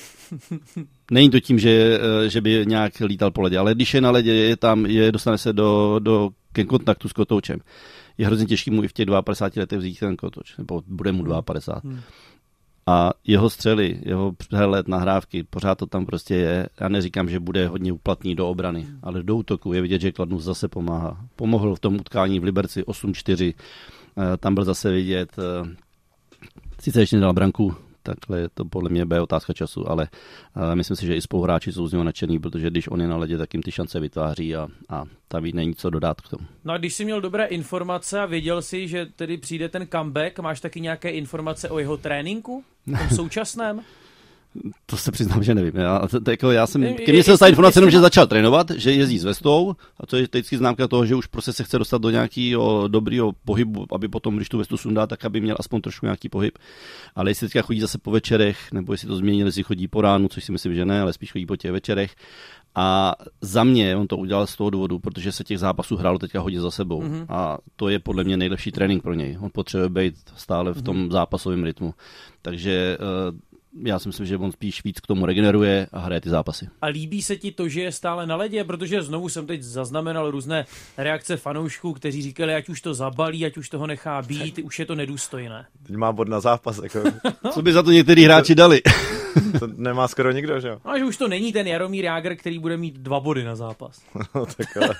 Není to tím, že by nějak lítal po ledě, ale když je na ledě, dostane se do ke kontaktu s kotoučem. Je hrozně těžký mu i v těch 52 letech vzít ten kotouč, nebo bude mu 52. A jeho střely, jeho přehled, nahrávky, pořád to tam prostě je. Já neříkám, že bude hodně uplatný do obrany, ale do útoku je vidět, že Kladno zase pomáhá. Pomohl v tom utkání v Liberci 8-4, tam byl zase vidět, sice ještě nedal branku, takhle to podle mě bude otázka času, ale myslím si, že i spoluhráči jsou z něho nadšený, protože když on je na ledě, tak jim ty šance vytváří a tam není co dodat k tomu. No a když jsi měl dobré informace a věděl jsi, že tedy přijde ten comeback, máš taky nějaké informace o jeho tréninku? Tom současném? To se přiznám, že nevím. Ke mně se dostala informace jenom, že začal trénovat, že jezdí s vestou a to je vždycky známka toho, že už prostě se chce dostat do nějakého dobrého pohybu, aby potom, když tu vestu sundá, tak aby měl aspoň trošku nějaký pohyb. Ale jestli teďka chodí zase po večerech, nebo jestli to změnil, jestli chodí po ránu, což si myslím, že ne, ale spíš chodí po těch večerech. A za mě on to udělal z toho důvodu, protože se těch zápasů hrálo teďka hodně za sebou. A to je podle mě nejlepší trénink pro něj. On potřebuje být stále v tom zápasovém rytmu. Takže já si myslím, že on spíš víc k tomu regeneruje a hraje ty zápasy. A líbí se ti to, že je stále na ledě? Protože znovu jsem teď zaznamenal různé reakce fanoušků, kteří říkali, ať už to zabalí, ať už toho nechá být, už je to nedůstojné. Teď má bod na zápas. Jako. Co by za to některý hráči dali? To nemá skoro nikdo, že jo? No, že už to není ten Jaromír Jágr, který bude mít 2 body na zápas. No, tak ale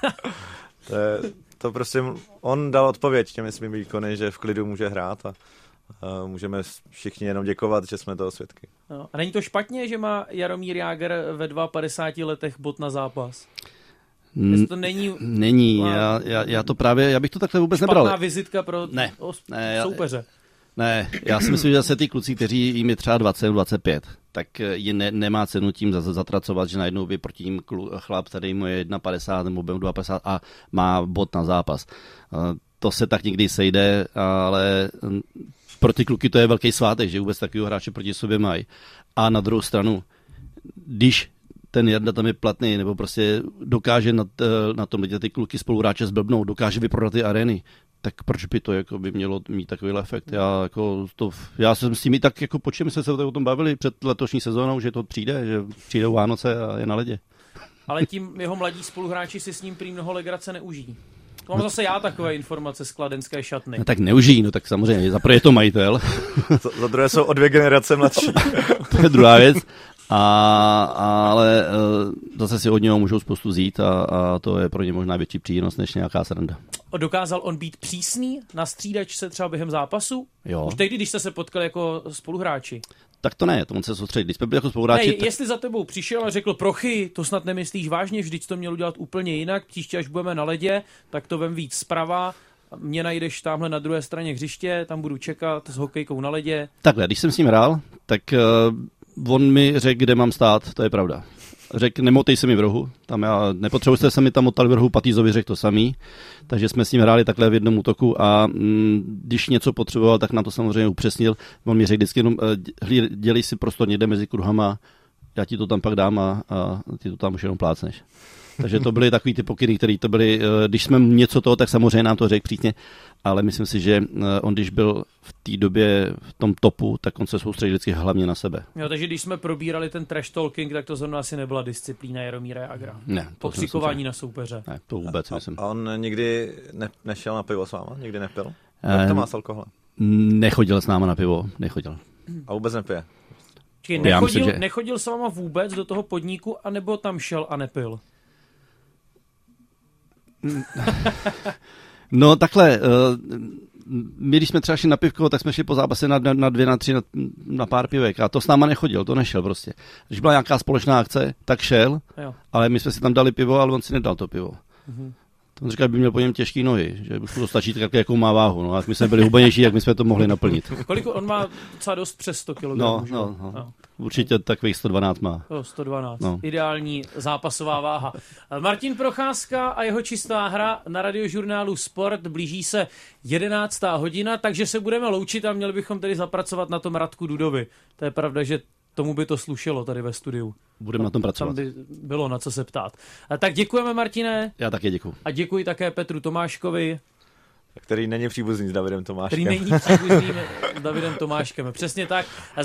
to prostě on dal odpověď těmi svými výkony, že v klidu může hrát a můžeme všichni jenom děkovat, že jsme toho svědky. No, a není to špatně, že má Jaromír Jágr ve 52 letech bod na zápas? To není. Já to právě, já bych to takhle vůbec nebral. Špatná vizitka pro soupeře. Ne, já si myslím, že zase ty kluci, kteří jim je třeba 20-25, tak je nemá cenu tím zatracovat, že najednou by proti ním chlap, tady mu je 1,50 nebo 2,50 a má bod na zápas. To se tak někdy sejde, ale pro ty kluky to je velký svátek, že vůbec takového hráče proti sobě mají. A na druhou stranu, když ten Jarda tam je platný, nebo prostě dokáže na tom ty kluky spoluhráče zblbnou, dokáže vyprodat ty arény, tak proč by to jako by mělo mít takový efekt? Já jsem s tím i tak jako počím, jsme se o tom bavili před letošní sezónou, že to přijde, že přijdou Vánoce a je na ledě. Ale tím jeho mladí spoluhráči si s ním prý mnoho legrace neužijí. To mám zase já takové informace z kladenské šatny. No tak neužijí, no tak samozřejmě, za prvé je to majitel. Za druhé jsou o 2 generace mladší. To je druhá věc. Ale zase si od něho můžou spoustu vzít a to je pro ně možná větší přínos než nějaká sranda. Dokázal on být přísný na střídačce třeba během zápasu? Jo. Už tehdy, když jste se potkali jako spoluhráči? Tak to ne, to on se soustředí. Když jsme byli jako spoluhráči... Ne, jestli za tebou přišel a řekl, Prochy, to snad nemyslíš vážně, vždyť to měl udělat úplně jinak, příště až budeme na ledě, tak to vem víc zprava, mě najdeš tamhle na druhé straně hřiště, tam budu čekat s hokejkou na ledě. Takhle, když jsem s ním hrál, tak on mi řekl, kde mám stát, to je pravda. Řekl, nemotej se mi v rohu, tam já nepotřebuji, jste se mi tam motal v rohu, Patýzovi řekl to samý, takže jsme s ním hráli takhle v jednom útoku a když něco potřeboval, tak nám to samozřejmě upřesnil. On mi řekl vždycky jenom, dělej si prostor někde mezi kruhama, já ti to tam pak dám a ty to tam už jenom plácneš. Takže to byly takový ty pokyny, které to byly, když jsme něco toho, tak samozřejmě nám to řekl přísně, ale myslím si, že on když byl v té době v tom topu, tak on se soustředil vždycky hlavně na sebe. Jo, takže když jsme probírali ten trash talking, tak to zrovna asi nebyla disciplína Jaromíra Jágra. Ne. Pokřikování na soupeře. Ne, to vůbec myslím. A on nikdy nešel na pivo s váma? Nikdy nepil? Jak to má s alkoholem? Nechodil s náma na pivo, nechodil. A vůbec nepije? Nechodil s váma vůbec do toho podniku, anebo tam šel a nepil? No takhle, my když jsme třeba šli na pivko, tak jsme šli po zápase na 2, na 3, na pár pivek a to s náma nechodil, to nešel prostě. Když byla nějaká společná akce, tak šel, jo. Ale my jsme si tam dali pivo, ale on si nedal to pivo. Mhm. On říkal, že by měl po něm těžký nohy, že už to stačí tak, jakou má váhu. No, a my jsme byli hubenější, jak my jsme to mohli naplnit. Kolik on má docela dost přes 100 kg? No. Určitě takových 112 má. 112. No. Ideální zápasová váha. Martin Procházka a jeho čistá hra na radiožurnálu Sport. Blíží se 11. hodina, takže se budeme loučit a měli bychom tedy zapracovat na tom Radku Dudovi. To je pravda, že tomu by to slušelo tady ve studiu. Budeme na tom pracovat. Tam by bylo na co se ptát. Tak děkujeme, Martine. Já také děkuji. A děkuji také Petru Tomáškovi. Který není příbuzný s Davidem Tomáškem. Který není příbuzným s Davidem Tomáškem. Přesně tak.